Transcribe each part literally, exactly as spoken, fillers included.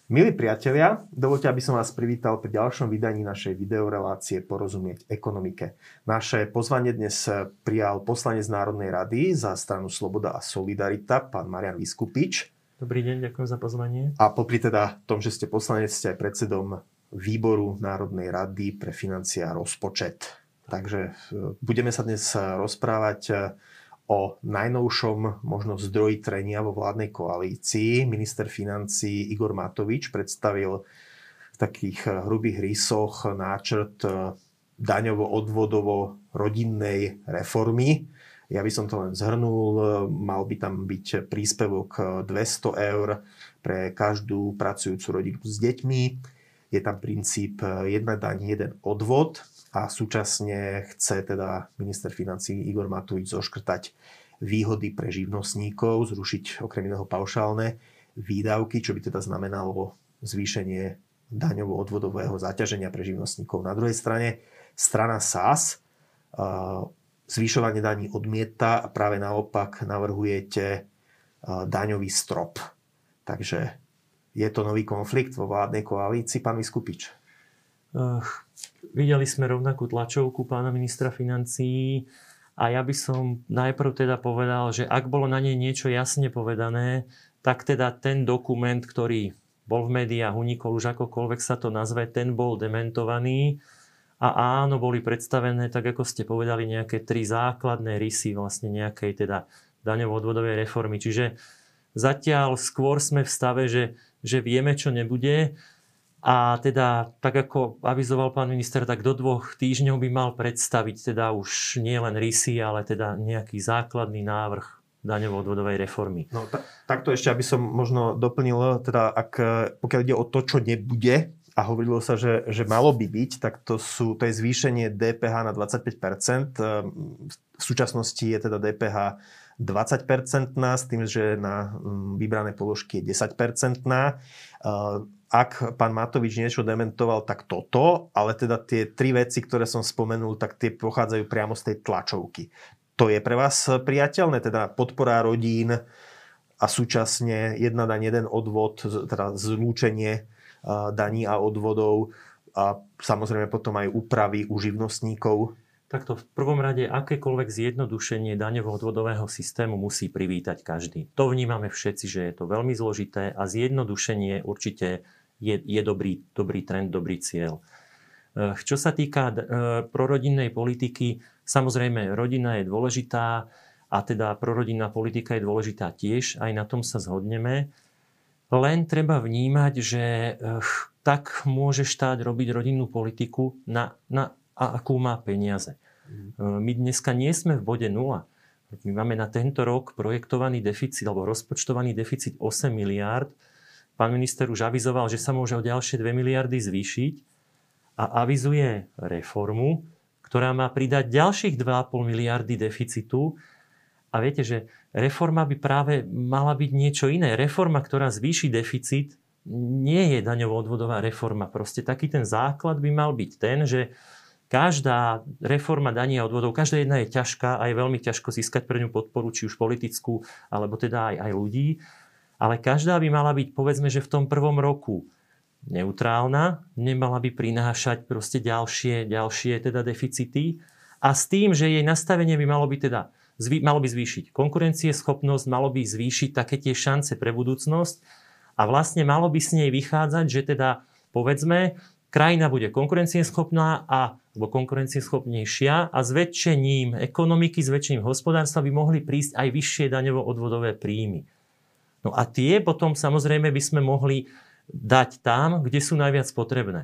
Milí priatelia, dovoľte, aby som vás privítal pri ďalšom vydaní našej videorelácie Porozumieť ekonomike. Naše pozvanie dnes prijal poslanec Národnej rady za stranu Sloboda a Solidarita, pán Marian Viskupič. Dobrý deň, ďakujem za pozvanie. A popri teda tom, že ste poslanec, ste aj predsedom výboru Národnej rady pre financie a rozpočet. Takže budeme sa dnes rozprávať o najnovšom možno zdroji trenia vo vládnej koalícii. Minister financií Igor Matovič predstavil v takých hrubých rysoch náčrt daňovo-odvodovo rodinnej reformy. Ja by som to len zhrnul. Mal by tam byť príspevok dvesto eur pre každú pracujúcu rodinu s deťmi. Je tam princíp jedna daň, jeden odvod. A súčasne chce teda minister financií Igor Matovič zoškrtať výhody pre živnostníkov, zrušiť okrem iného paušálne výdavky, čo by teda znamenalo zvýšenie daňovo-odvodového zaťaženia pre živnostníkov. Na druhej strane strana es a es zvyšovanie daní odmieta a práve naopak navrhujete daňový strop. Takže je to nový konflikt vo vládnej koalícii, pán Viskupič? Uh, videli sme rovnakú tlačovku pána ministra financií a ja by som najprv teda povedal, že ak bolo na nej niečo jasne povedané, tak teda ten dokument, ktorý bol v médiách, unikol už akokoľvek sa to nazve, ten bol dementovaný a áno, boli predstavené, tak ako ste povedali, nejaké tri základné rysy vlastne nejakej teda daňovo-odvodovej reformy. Čiže zatiaľ skôr sme v stave, že, že vieme, čo nebude. A teda, tak ako avizoval pán minister, tak do dvoch týždňov by mal predstaviť teda už nie len rysy, ale teda nejaký základný návrh daňovo-odvodovej reformy. No, ta, takto ešte, aby som možno doplnil, teda ak, pokiaľ ide o to, čo nebude, a hovorilo sa, že, že malo by byť, tak to, sú, to je zvýšenie dé pé há na dvadsaťpäť percent. V súčasnosti je teda dé pé há dvadsať percent s tým, že na vybrané položky je desať percent. Ak pán Matovič niečo dementoval, tak toto, ale teda tie tri veci, ktoré som spomenul, tak tie pochádzajú priamo z tej tlačovky. To je pre vás priateľné, teda podpora rodín a súčasne jedna daň, jeden odvod, teda zlúčenie daní a odvodov a samozrejme potom aj úpravy u živnostníkov? Takto v prvom rade akékoľvek zjednodušenie daňovo-odvodového systému musí privítať každý. To vnímame všetci, že je to veľmi zložité a zjednodušenie určite je, je dobrý, dobrý trend, dobrý cieľ. Čo sa týka prorodinnej politiky, samozrejme rodina je dôležitá a teda prorodinná politika je dôležitá tiež, aj na tom sa zhodneme. Len treba vnímať, že tak môže štát robiť rodinnú politiku na, na a akú má peniaze. My dneska nie sme v bode nula. My máme na tento rok projektovaný deficit alebo rozpočtovaný deficit osem miliárd. Pán minister už avizoval, že sa môže o ďalšie dve miliardy zvýšiť a avizuje reformu, ktorá má pridať ďalších dva a pol miliardy deficitu. A viete, že reforma by práve mala byť niečo iné. Reforma, ktorá zvýši deficit, nie je daňovo-odvodová reforma. Proste taký ten základ by mal byť ten, že každá reforma daní a odvodov, každá jedna je ťažká a je veľmi ťažko získať pre ňu podporu, či už politickú, alebo teda aj, aj ľudí. Ale každá by mala byť, povedzme, že v tom prvom roku neutrálna, nemala by prinášať proste ďalšie, ďalšie teda deficity. A s tým, že jej nastavenie by malo byť teda, zvý, malo by zvýšiť konkurencieschopnosť, malo by zvýšiť také tie šance pre budúcnosť a vlastne malo by s nej vychádzať, že teda, povedzme, krajina bude konkurencieschopná a alebo konkurencieschopnejšia a s väčšením ekonomiky, s väčšením hospodárstva by mohli prísť aj vyššie daňovo-odvodové príjmy. No a tie potom samozrejme by sme mohli dať tam, kde sú najviac potrebné.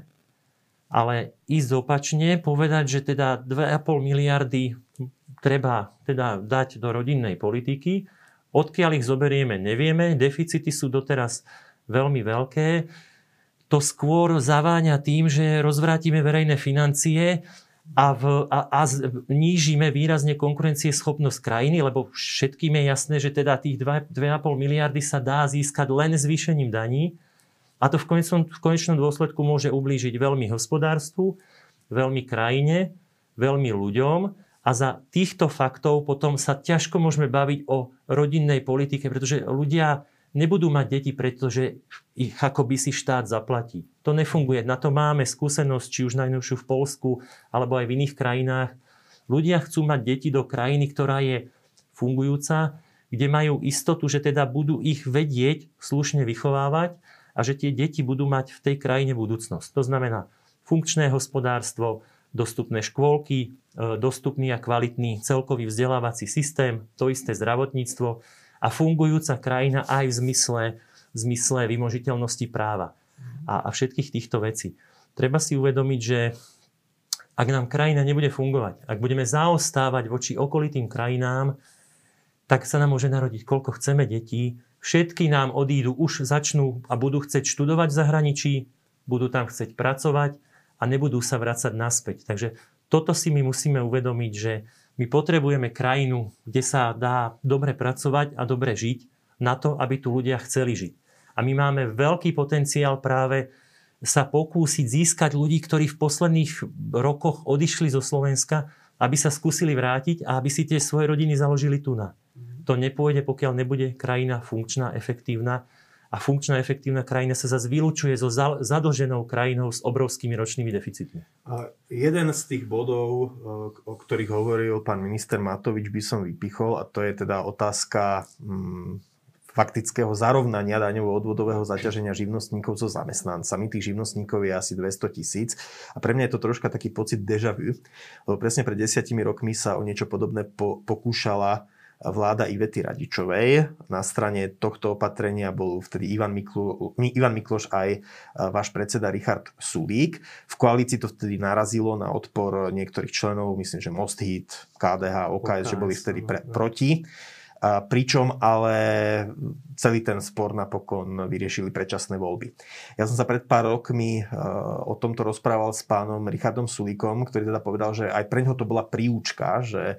Ale ísť opačne, povedať, že teda dve a pol miliardy treba teda dať do rodinnej politiky, odkiaľ ich zoberieme, nevieme, deficity sú doteraz veľmi veľké, to skôr zaváňa tým, že rozvrátime verejné financie a, v, a, a znížime výrazne konkurencieschopnosť krajiny, lebo všetkým je jasné, že teda tých dve a pol miliardy sa dá získať len zvýšením daní a to v konečnom, v konečnom dôsledku môže ublížiť veľmi hospodárstvu, veľmi krajine, veľmi ľuďom a za týchto faktov potom sa ťažko môžeme baviť o rodinnej politike, pretože ľudia nebudú mať deti, pretože ich akoby si štát zaplatí. To nefunguje. Na to máme skúsenosť, či už najnovšiu v Poľsku, alebo aj v iných krajinách. Ľudia chcú mať deti do krajiny, ktorá je fungujúca, kde majú istotu, že teda budú ich vedieť slušne vychovávať a že tie deti budú mať v tej krajine budúcnosť. To znamená funkčné hospodárstvo, dostupné škôlky, dostupný a kvalitný celkový vzdelávací systém, to isté zdravotníctvo a fungujúca krajina aj v zmysle, v zmysle vymožiteľnosti práva a, a všetkých týchto vecí. Treba si uvedomiť, že ak nám krajina nebude fungovať, ak budeme zaostávať voči okolitým krajinám, tak sa nám môže narodiť, koľko chceme detí. Všetky nám odídu, už začnú a budú chcieť študovať v zahraničí, budú tam chcieť pracovať a nebudú sa vracať naspäť. Takže toto si my musíme uvedomiť, že my potrebujeme krajinu, kde sa dá dobre pracovať a dobre žiť na to, aby tu ľudia chceli žiť. A my máme veľký potenciál práve sa pokúsiť získať ľudí, ktorí v posledných rokoch odišli zo Slovenska, aby sa skúsili vrátiť a aby si tie svoje rodiny založili tu na. To nepôjde, pokiaľ nebude krajina funkčná, efektívna. A funkčná, efektívna krajina sa zase vylúčuje so zadlženou krajinou s obrovskými ročnými deficitmi. A jeden z tých bodov, o ktorých hovoril pán minister Matovič, by som vypichol, a to je teda otázka hm, faktického zarovnania daňovo-odvodového zaťaženia živnostníkov so zamestnancami. Tých živnostníkov je asi dvesto tisíc. A pre mňa je to troška taký pocit déjà vu, lebo presne pred desiatimi rokmi sa o niečo podobné po, pokúšala vláda Ivety Radičovej. Na strane tohto opatrenia bol vtedy Ivan, Miklo, Ivan Mikloš aj váš predseda Richard Sulík. V koalícii to vtedy narazilo na odpor niektorých členov, myslím, že Most Hit, ká dé há, ó ká es, že boli vtedy pre, proti. A pričom ale celý ten spor napokon vyriešili predčasné voľby. Ja som sa pred pár rokmi o tomto rozprával s pánom Richardom Sulíkom, ktorý teda povedal, že aj preňho to bola príučka, že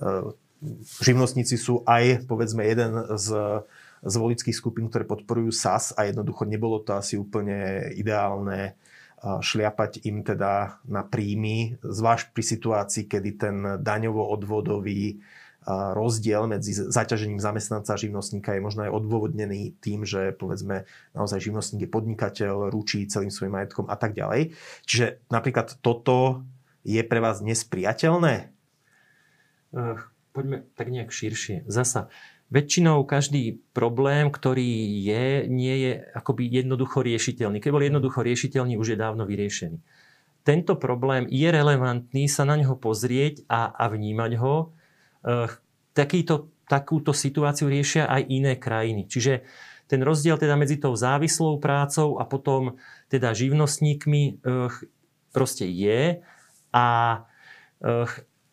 živnostníci sú aj, povedzme, jeden z, z voličských skupín, ktoré podporujú es a es a jednoducho nebolo to asi úplne ideálne šliapať im teda na príjmy, zvlášť pri situácii, kedy ten daňovo-odvodový rozdiel medzi zaťažením zamestnanca a živnostníka je možno aj odôvodnený tým, že povedzme naozaj živnostník je podnikateľ, ručí celým svojim majetkom a tak ďalej. Čiže napríklad toto je pre vás nespriateľné? Uh. Poďme tak nejak širšie. Zasa, väčšinou každý problém, ktorý je, nie je akoby jednoducho riešiteľný. Keď bol jednoducho riešiteľný, už je dávno vyriešený. Tento problém je relevantný sa na ňo pozrieť a, a vnímať ho. E, takýto, takúto situáciu riešia aj iné krajiny. Čiže ten rozdiel teda medzi tou závislou prácou a potom teda živnostníkmi e, proste je. A e,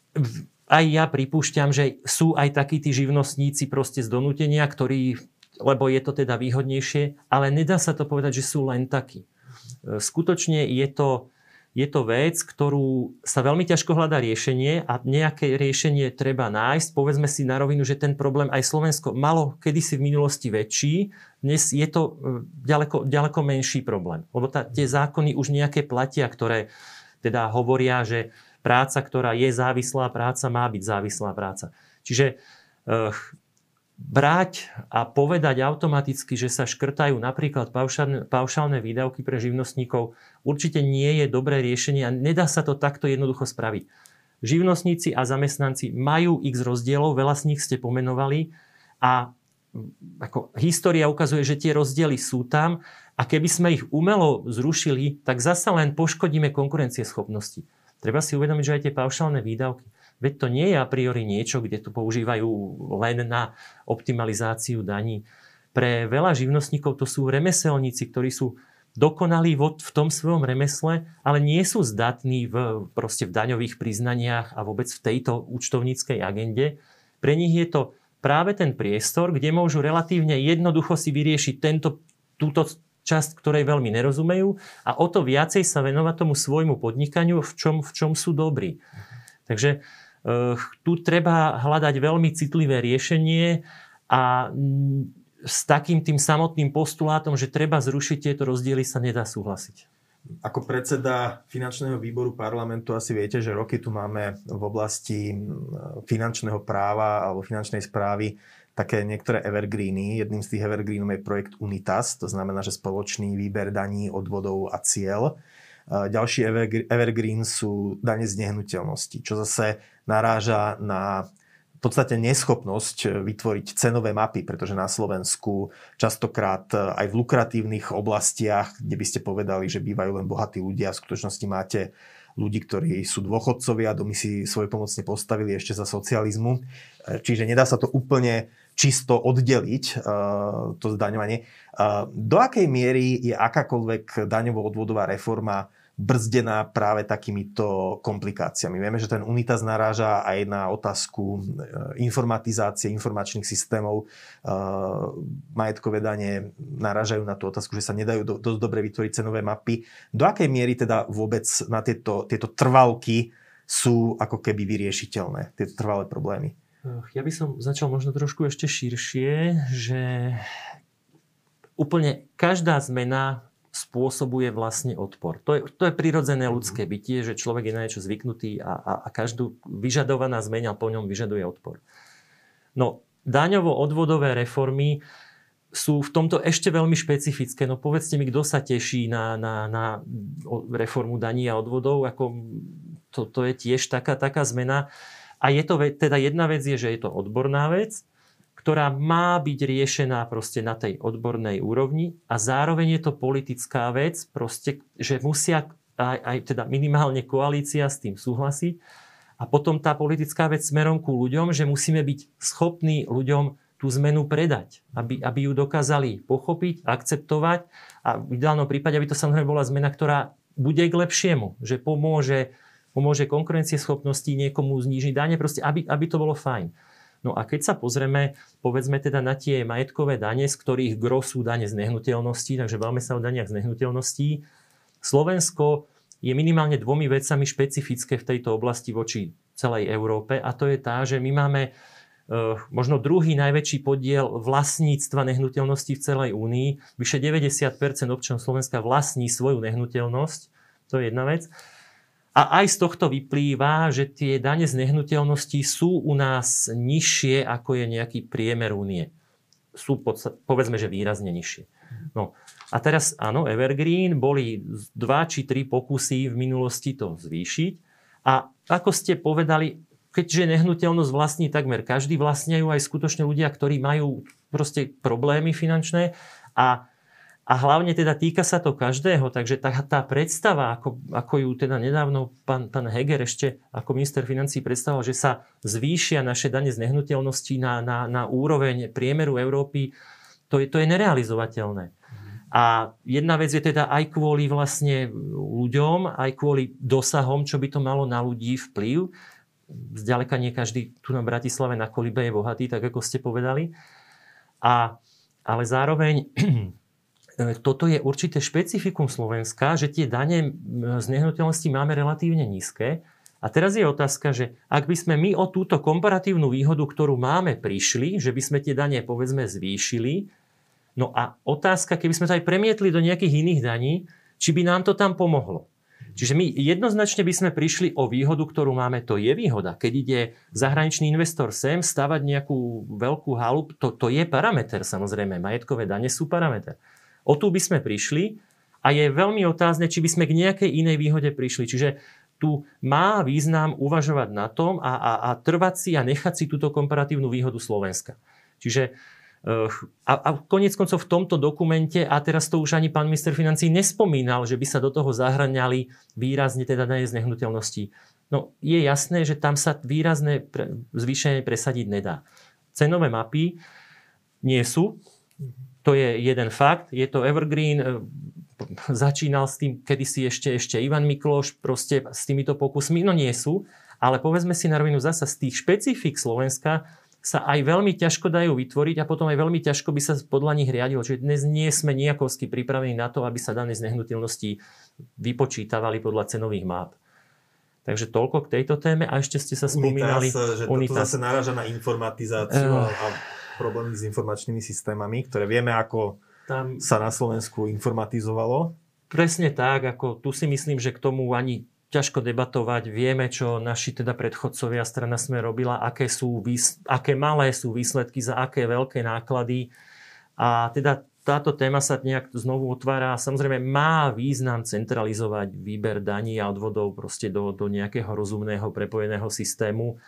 aj ja pripúšťam, že sú aj takí tí živnostníci proste z donútenia, ktorí, lebo je to teda výhodnejšie, ale nedá sa to povedať, že sú len takí. Skutočne je to, je to vec, ktorú sa veľmi ťažko hľadá riešenie a nejaké riešenie treba nájsť. Povedzme si na rovinu, že ten problém aj Slovensko malo kedysi v minulosti väčší, dnes je to ďaleko, ďaleko menší problém. Lebo tá, tie zákony už nejaké platia, ktoré teda hovoria, že práca, ktorá je závislá práca, má byť závislá práca. Čiže eh, brať a povedať automaticky, že sa škrtajú napríklad paušálne, paušálne výdavky pre živnostníkov, určite nie je dobré riešenie a nedá sa to takto jednoducho spraviť. Živnostníci a zamestnanci majú x rozdielov, veľa z nich ste pomenovali a ako história ukazuje, že tie rozdiely sú tam a keby sme ich umelo zrušili, tak zasa len poškodíme konkurencieschopnosti. Treba si uvedomiť, že aj tie paušálne výdavky, veď to nie je a priori niečo, kde to používajú len na optimalizáciu daní. Pre veľa živnostníkov to sú remeselníci, ktorí sú dokonalí v tom svojom remesle, ale nie sú zdatní v, proste v daňových priznaniach a vôbec v tejto účtovníckej agende. Pre nich je to práve ten priestor, kde môžu relatívne jednoducho si vyriešiť tento, túto časť, ktorej veľmi nerozumejú a o to viacej sa venovať tomu svojmu podnikaniu, v čom, v čom sú dobrí. Takže uh, tu treba hľadať veľmi citlivé riešenie a m, s takým tým samotným postulátom, že treba zrušiť tieto rozdiely, sa nedá súhlasiť. Ako predseda finančného výboru parlamentu asi viete, že roky tu máme v oblasti finančného práva alebo finančnej správy také niektoré evergreeny. Jedným z tých evergreenov je projekt UNITAS, to znamená, že spoločný výber daní, odvodov a ciel. Ďalší evergreen sú dane z nehnuteľnosti, čo zase naráža na v podstate neschopnosť vytvoriť cenové mapy, pretože na Slovensku častokrát aj v lukratívnych oblastiach, kde by ste povedali, že bývajú len bohatí ľudia, v skutočnosti máte ľudí, ktorí sú dôchodcovia, domy si svojpomocne postavili ešte za socializmu. Čiže nedá sa to úplne čisto oddeliť, to zdaňovanie. Do akej miery je akákoľvek daňovo-odvodová reforma brzdená práve takýmito komplikáciami? Vieme, že ten UNITAS naráža aj na otázku informatizácie informačných systémov. Majetkové dane narážajú na tú otázku, že sa nedajú do, dosť dobre vytvoriť cenové mapy. Do akej miery teda vôbec na tieto, tieto trvalky sú ako keby vyriešiteľné, tieto trvalé problémy? Ja by som začal možno trošku ešte širšie, že úplne každá zmena spôsobuje vlastne odpor. To je, to je prirodzené ľudské bytie, že človek je na niečo zvyknutý a, a, a každú vyžadovaná zmena po ňom vyžaduje odpor. No, daňovo-odvodové reformy sú v tomto ešte veľmi špecifické. No povedzte mi, kto sa teší na, na, na reformu daní a odvodov, ako to, to je tiež taká, taká zmena. A je to, teda jedna vec je, že je to odborná vec, ktorá má byť riešená proste na tej odbornej úrovni a zároveň je to politická vec, proste, že musia aj, aj teda minimálne koalícia s tým súhlasiť a potom tá politická vec smerom ku ľuďom, že musíme byť schopní ľuďom tú zmenu predať, aby, aby ju dokázali pochopiť, akceptovať a v ideálnom prípade, aby to samozrejme bola zmena, ktorá bude k lepšiemu, že pomôže, pomôže konkurencieschopnosti, niekomu znížiť dane, proste aby, aby to bolo fajn. No a keď sa pozrieme, povedzme teda na tie majetkové dane, z ktorých gros sú dane z nehnuteľností, takže bavíme sa o daniach z nehnuteľností, Slovensko je minimálne dvomi vecami špecifické v tejto oblasti voči celej Európe a to je tá, že my máme e, možno druhý najväčší podiel vlastníctva nehnuteľností v celej Únii. Vyše deväťdesiat percent občanov Slovenska vlastní svoju nehnuteľnosť, to je jedna vec. A aj z tohto vyplýva, že tie dane z nehnuteľností sú u nás nižšie, ako je nejaký priemer únie. Sú, povedzme, že výrazne nižšie. No. A teraz, áno, Evergreen, boli dva či tri pokusy v minulosti to zvýšiť. A ako ste povedali, keďže nehnuteľnosť vlastní takmer každý, vlastňajú aj skutočne ľudia, ktorí majú proste problémy finančné a A hlavne teda týka sa to každého, takže tá, tá predstava, ako, ako ju teda nedávno pán, pán Heger ešte ako minister financií predstavoval, že sa zvýšia naše dane z nehnuteľností na, na, na úroveň priemeru Európy, to je, to je nerealizovateľné. A jedna vec je teda aj kvôli vlastne ľuďom, aj kvôli dosahom, čo by to malo na ľudí vplyv. Zďaleka nie každý tu na Bratislave na kolibe je bohatý, tak ako ste povedali. A, ale zároveň toto je určité špecifikum Slovenska, že tie dane z nehnuteľností máme relatívne nízke. A teraz je otázka, že ak by sme my o túto komparatívnu výhodu, ktorú máme, prišli, že by sme tie dane povedzme zvýšili, no a otázka, keby sme to aj premietli do nejakých iných daní, či by nám to tam pomohlo. Čiže my jednoznačne by sme prišli o výhodu, ktorú máme, to je výhoda. Keď ide zahraničný investor sem stavať nejakú veľkú halu, to, to je parameter samozrejme, majetkové dane sú parameter. O tu by sme prišli a je veľmi otázne, či by sme k nejakej inej výhode prišli. Čiže tu má význam uvažovať na tom a, a, a trvať si a nechať si túto komparatívnu výhodu Slovenska. Čiže a, a koniec koncov v tomto dokumente, a teraz to už ani pán minister financií nespomínal, že by sa do toho zahŕňali výrazne teda dane z nehnuteľností. No je jasné, že tam sa výrazné pre, zvýšenie presadiť nedá. Cenové mapy nie sú. To je jeden fakt. Je to Evergreen. Začínal s tým kedysi ešte, ešte Ivan Mikloš proste s týmito pokusmi. No nie sú. Ale povedzme si na rovinu zasa z tých špecifik Slovenska sa aj veľmi ťažko dajú vytvoriť a potom aj veľmi ťažko by sa podľa nich riadilo. Čiže dnes nie sme nejakovsky pripravení na to, aby sa dane z nehnuteľností vypočítavali podľa cenových map. Takže toľko k tejto téme. A ešte ste sa spomínali... Unitas, že Unitas. To zase naráža na informatizáciu uh. a problémy s informačnými systémami, ktoré vieme, ako tam sa na Slovensku informatizovalo. presne tak, ako tu si myslím, že k tomu ani ťažko debatovať. Vieme, čo naši teda predchodcovia strana Smer robila, aké, sú, aké malé sú výsledky za aké veľké náklady. A teda táto téma sa nejak znovu otvára. Samozrejme má význam centralizovať výber daní a odvodov proste do, do nejakého rozumného prepojeného systému.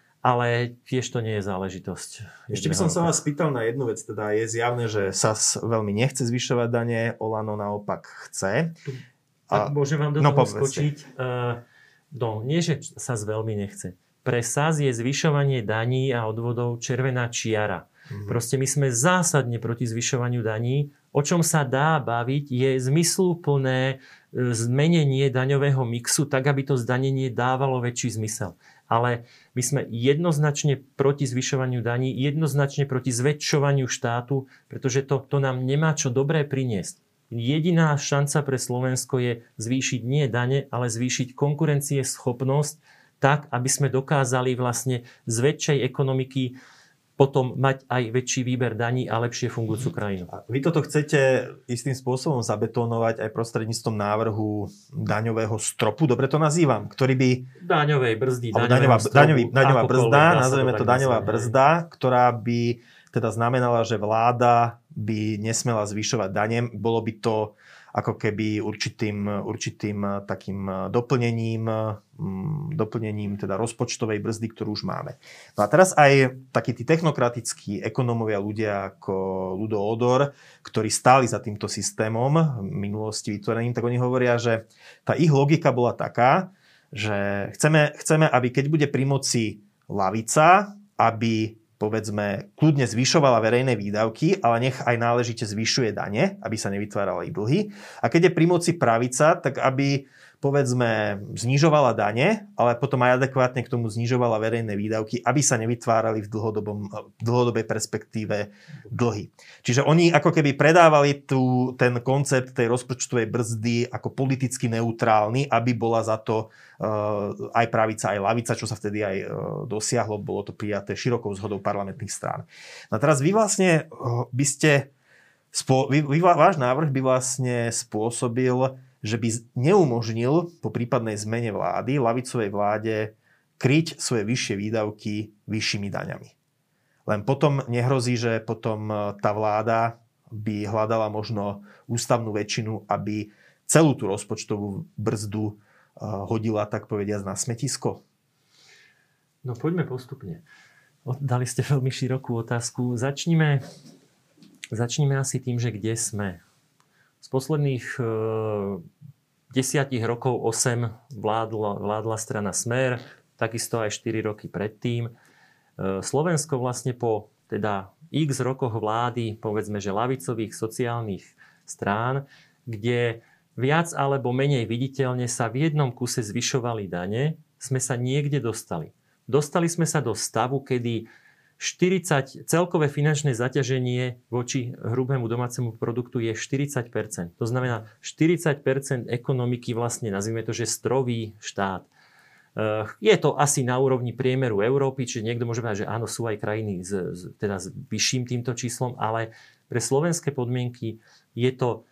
Ale tiež to nie je záležitosť. Ešte by som sa vás spýtal na jednu vec. Teda je zjavné, že es a es veľmi nechce zvyšovať dane, Olano naopak chce. A môžem vám do no, toho skočiť? Uh, no, nie, že es a es veľmi nechce. Pre es a es je zvyšovanie daní a odvodov červená čiara. Mm-hmm. Proste my sme zásadne proti zvyšovaniu daní. O čom sa dá baviť, je zmysluplné zmenenie daňového mixu tak, aby to zdanenie dávalo väčší zmysel. Ale my sme jednoznačne proti zvyšovaniu daní, jednoznačne proti zväčšovaniu štátu, pretože to, to nám nemá čo dobré priniesť. Jediná šanca pre Slovensko je zvýšiť nie dane, ale zvýšiť konkurencieschopnosť tak, aby sme dokázali vlastne z väčšej ekonomiky potom mať aj väčší výber daní a lepšie fungujúcu krajinu. A vy toto chcete istým spôsobom zabetónovať aj prostredníctvom návrhu daňového stropu, dobre to nazývam, ktorý by... Daňovej brzdy, daňová, stropu, daňový, daňová brzda, nazveme to daňová brzda, ktorá by teda znamenala, že vláda by nesmela zvyšovať dane. Bolo by to ako keby určitým, určitým takým doplnením, doplnením teda rozpočtovej brzdy, ktorú už máme. No a teraz aj takí tí technokratickí ekonómovia, ľudia ako Ľudo Ódor, ktorí stáli za týmto systémom v minulosti vytvoreným, tak oni hovoria, že tá ich logika bola taká, že chceme, chceme aby keď bude pri moci ľavica, aby povedzme, kľudne zvyšovala verejné výdavky, ale nech aj náležite zvyšuje dane, aby sa nevytvárali dlhy. A keď je pri moci pravica, tak aby, povedzme, znižovala dane, ale potom aj adekvátne k tomu znižovala verejné výdavky, aby sa nevytvárali v, dlhodobom, v dlhodobej perspektíve dlhy. Čiže oni ako keby predávali tu, ten koncept tej rozpočtovej brzdy ako politicky neutrálny, aby bola za to aj pravica, aj lavica, čo sa vtedy aj dosiahlo, bolo to prijaté širokou zhodou parlamentných strán. No a teraz vy vlastne by ste, vy, vy, váš návrh by vlastne spôsobil, že by neumožnil po prípadnej zmene vlády, lavicovej vláde, kryť svoje vyššie výdavky vyššími daňami. Len potom nehrozí, že potom tá vláda by hľadala možno ústavnú väčšinu, aby celú tú rozpočtovú brzdu hodila, tak povediať, na smetisko? No poďme postupne. Dali ste veľmi širokú otázku. Začnime, začnime asi tým, že kde sme. Z posledných e, desiatich rokov osem vládla, vládla strana Smer, takisto aj štyri roky predtým. E, Slovensko vlastne po teda x rokoch vlády, povedzme, že ľavicových sociálnych strán, kde viac alebo menej viditeľne sa v jednom kuse zvyšovali dane, sme sa niekde dostali. Dostali sme sa do stavu, kedy štyridsať, celkové finančné zaťaženie voči hrubému domácemu produktu je štyridsať percent. To znamená, štyridsať percent ekonomiky vlastne, nazvime to, že stroví štát. Je to asi na úrovni priemeru Európy, čiže niekto môže povedať, že áno, sú aj krajiny s, teda s vyšším týmto číslom, ale pre slovenské podmienky je to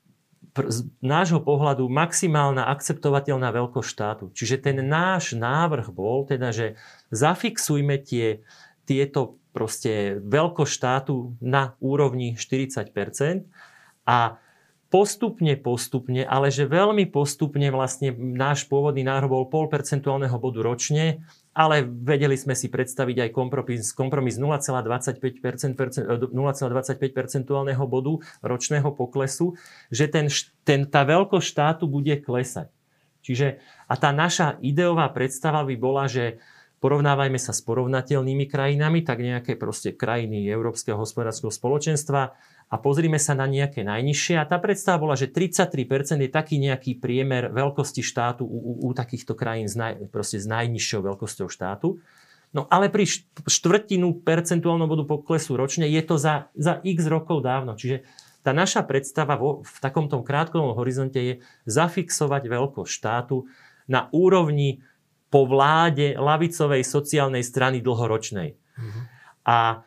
z nášho pohľadu maximálna akceptovateľná veľkosť štátu. Čiže ten náš návrh bol teda, že zafixujme tie, tieto proste veľkosť štátu na úrovni štyridsať percent a postupne, postupne, ale že veľmi postupne vlastne náš pôvodný návrh bol pol percentuálneho bodu ročne, ale vedeli sme si predstaviť aj kompromis, kompromis nula celá dvadsaťpäť percent, nula celá dvadsaťpäť percentuálneho bodu ročného poklesu, že ten, ten, tá veľkosť štátu bude klesať. Čiže a tá naša ideová predstava by bola, že porovnávajme sa s porovnateľnými krajinami, tak nejaké proste krajiny Európskeho hospodárskeho spoločenstva a pozrime sa na nejaké najnižšie. A tá predstava bola, že tridsaťtri percent je taký nejaký priemer veľkosti štátu u, u, u takýchto krajín s, naj, proste s najnižšou veľkosťou štátu. No ale pri štvrtinu percentuálnom bodu poklesu ročne je to za, za x rokov dávno. Čiže tá naša predstava vo, v takomto krátkom horizonte je zafixovať veľkosť štátu na úrovni po vláde ľavicovej sociálnej strany dlhoročnej. Mm-hmm. A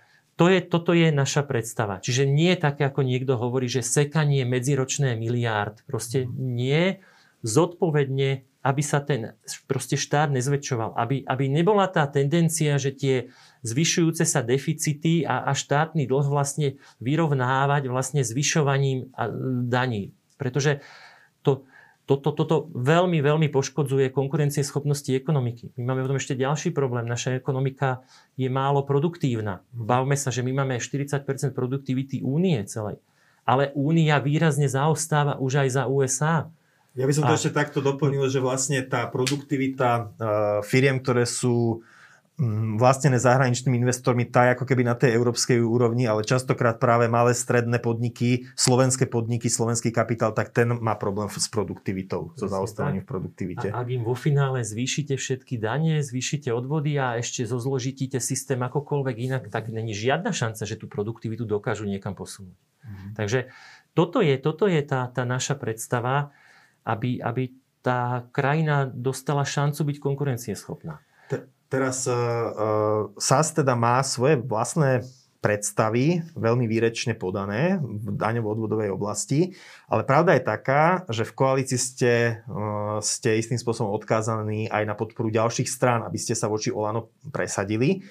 to je, toto je naša predstava. Čiže nie je také, ako niekto hovorí, že sekanie medziročné miliárd. Proste nie, zodpovedne, aby sa ten proste štát nezväčšoval. Aby, aby nebola tá tendencia, že tie zvyšujúce sa deficity a, a štátny dlh vlastne vyrovnávať vlastne zvyšovaním daní. Pretože to, toto, toto veľmi, veľmi poškodzuje konkurencieschopnosti ekonomiky. My máme potom ešte ďalší problém. Naša ekonomika je málo produktívna. Bavme sa, že my máme štyridsať percent produktivity únie celej. Ale únia výrazne zaostáva už aj za ú es á. Ja by som to a... ešte takto doplnil, že vlastne tá produktivita uh, firiem, ktoré sú um, vlastnené zahraničnými investormi, tá ako keby na tej európskej úrovni, ale častokrát práve malé stredné podniky, slovenské podniky, slovenský kapitál, tak ten má problém s produktivitou, so zaostávaním v produktivite. A ak im vo finále zvýšite všetky dane, zvýšite odvody a ešte zozložitíte systém akokoľvek inak, tak není žiadna šanca, že tú produktivitu dokážu niekam posunúť. Mhm. Takže toto je, toto je tá, tá naša predstava, Aby, aby tá krajina dostala šancu byť konkurencieschopná. Te, teraz uh, uh, es á es teda má svoje vlastné predstavy, veľmi výrečne podané v daňovo-odvodovej oblasti, ale pravda je taká, že v koalícii ste, uh, ste istým spôsobom odkázaní aj na podporu ďalších strán, aby ste sa voči Olano presadili.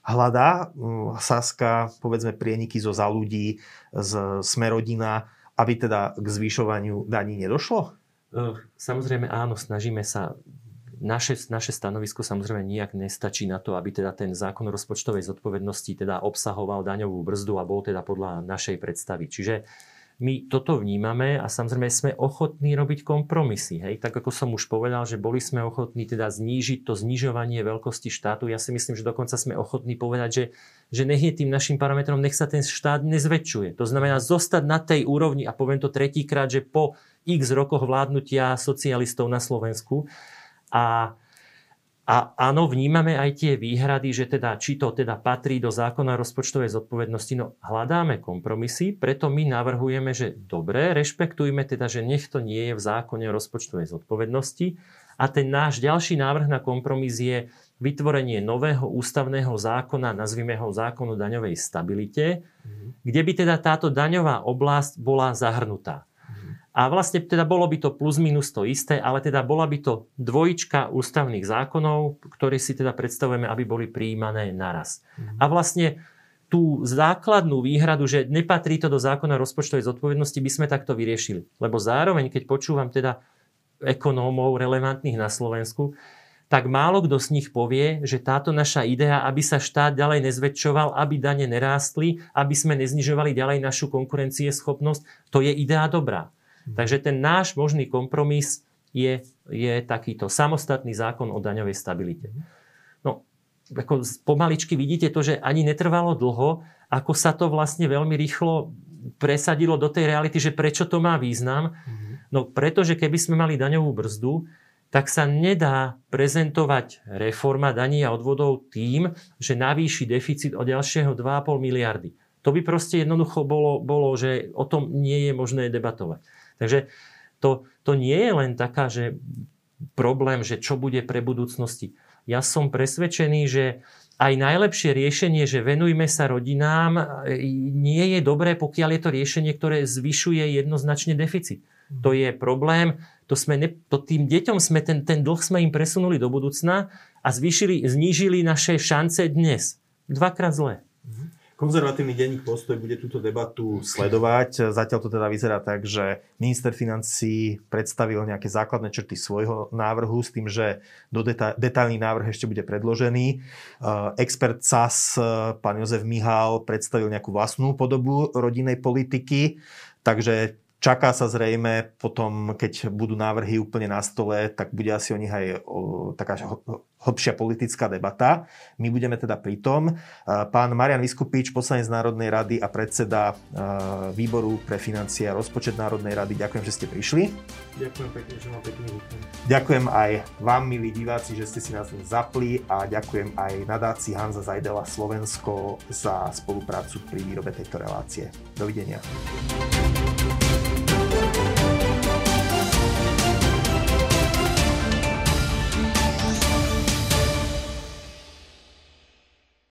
Hľadá uh, Saska, povedzme, prieniky zo Za ľudí, z Smerodina, aby teda k zvýšovaniu daní nedošlo? Samozrejme áno, snažíme sa. Naše, naše stanovisko samozrejme nijak nestačí na to, aby teda ten zákon o rozpočtovej zodpovednosti teda obsahoval daňovú brzdu a bol teda podľa našej predstavy. Čiže my toto vnímame a samozrejme sme ochotní robiť kompromisy. Hej? Tak ako som už povedal, že boli sme ochotní teda znížiť to znižovanie veľkosti štátu. Ja si myslím, že dokonca sme ochotní povedať, že, že nech je tým našim parametrom, nech sa ten štát nezväčšuje. To znamená zostať na tej úrovni a poviem to tretíkrát, že po x rokoch vládnutia socialistov na Slovensku. A, a áno, vnímame aj tie výhrady, že teda, či to teda patrí do zákona rozpočtovej zodpovednosti. No hľadáme kompromisy, preto my navrhujeme, že dobre, rešpektujme teda, že nech to nie je v zákone o rozpočtovej zodpovednosti. A ten náš ďalší návrh na kompromis je vytvorenie nového ústavného zákona, nazvime ho zákon o daňovej stabilite, mm. kde by teda táto daňová oblasť bola zahrnutá. A vlastne teda bolo by to plus minus to isté, ale teda bola by to dvojička ústavných zákonov, ktoré si teda predstavujeme, aby boli prijímané naraz. Mm. A vlastne tú základnú výhradu, že nepatrí to do zákona rozpočtovej zodpovednosti, by sme takto vyriešili. Lebo zároveň, keď počúvam teda ekonómov relevantných na Slovensku, tak málo kto z nich povie, že táto naša idea, aby sa štát ďalej nezväčšoval, aby dane nerástli, aby sme neznižovali ďalej našu konkurencieschopnosť, to je idea dobrá. Takže ten náš možný kompromis je, je takýto samostatný zákon o daňovej stabilite. No, ako pomaličky vidíte to, že ani netrvalo dlho, ako sa to vlastne veľmi rýchlo presadilo do tej reality, že prečo to má význam. No, pretože keby sme mali daňovú brzdu, tak sa nedá prezentovať reforma daní a odvodov tým, že navýši deficit o ďalšieho dva a pol miliardy. To by proste jednoducho bolo, bolo, že o tom nie je možné debatovať. Takže to, to nie je len taká, že problém, že čo bude pre budúcnosti. Ja som presvedčený, že aj najlepšie riešenie, že venujme sa rodinám, nie je dobré, pokiaľ je to riešenie, ktoré zvyšuje jednoznačne deficit. To je problém, to sme ne, to tým deťom sme ten, ten dlh sme im presunuli do budúcna a zvýšili, znížili naše šance dnes. Dvakrát zle. Konzervatívny denník Postoj bude túto debatu sledovať. Zatiaľ to teda vyzerá tak, že minister financií predstavil nejaké základné črty svojho návrhu s tým, že do deta- detailný návrh ešte bude predložený. Uh, expert es á es, pán Jozef Mihál, predstavil nejakú vlastnú podobu rodinnej politiky. Takže čaká sa zrejme potom, keď budú návrhy úplne na stole, tak bude asi o nich aj o, taká hlbšia politická debata. My budeme teda pri tom. Pán Marian Vyskupič, poslanec Národnej rady a predseda výboru pre financie a rozpočet Národnej rady, ďakujem, že ste prišli. Ďakujem pekne, že mám pekný víkend. Ďakujem aj vám, milí diváci, že ste si nás zapli a ďakujem aj nadácii Hanza Zajdela Slovensko za spoluprácu pri výrobe tejto relácie. Dovidenia.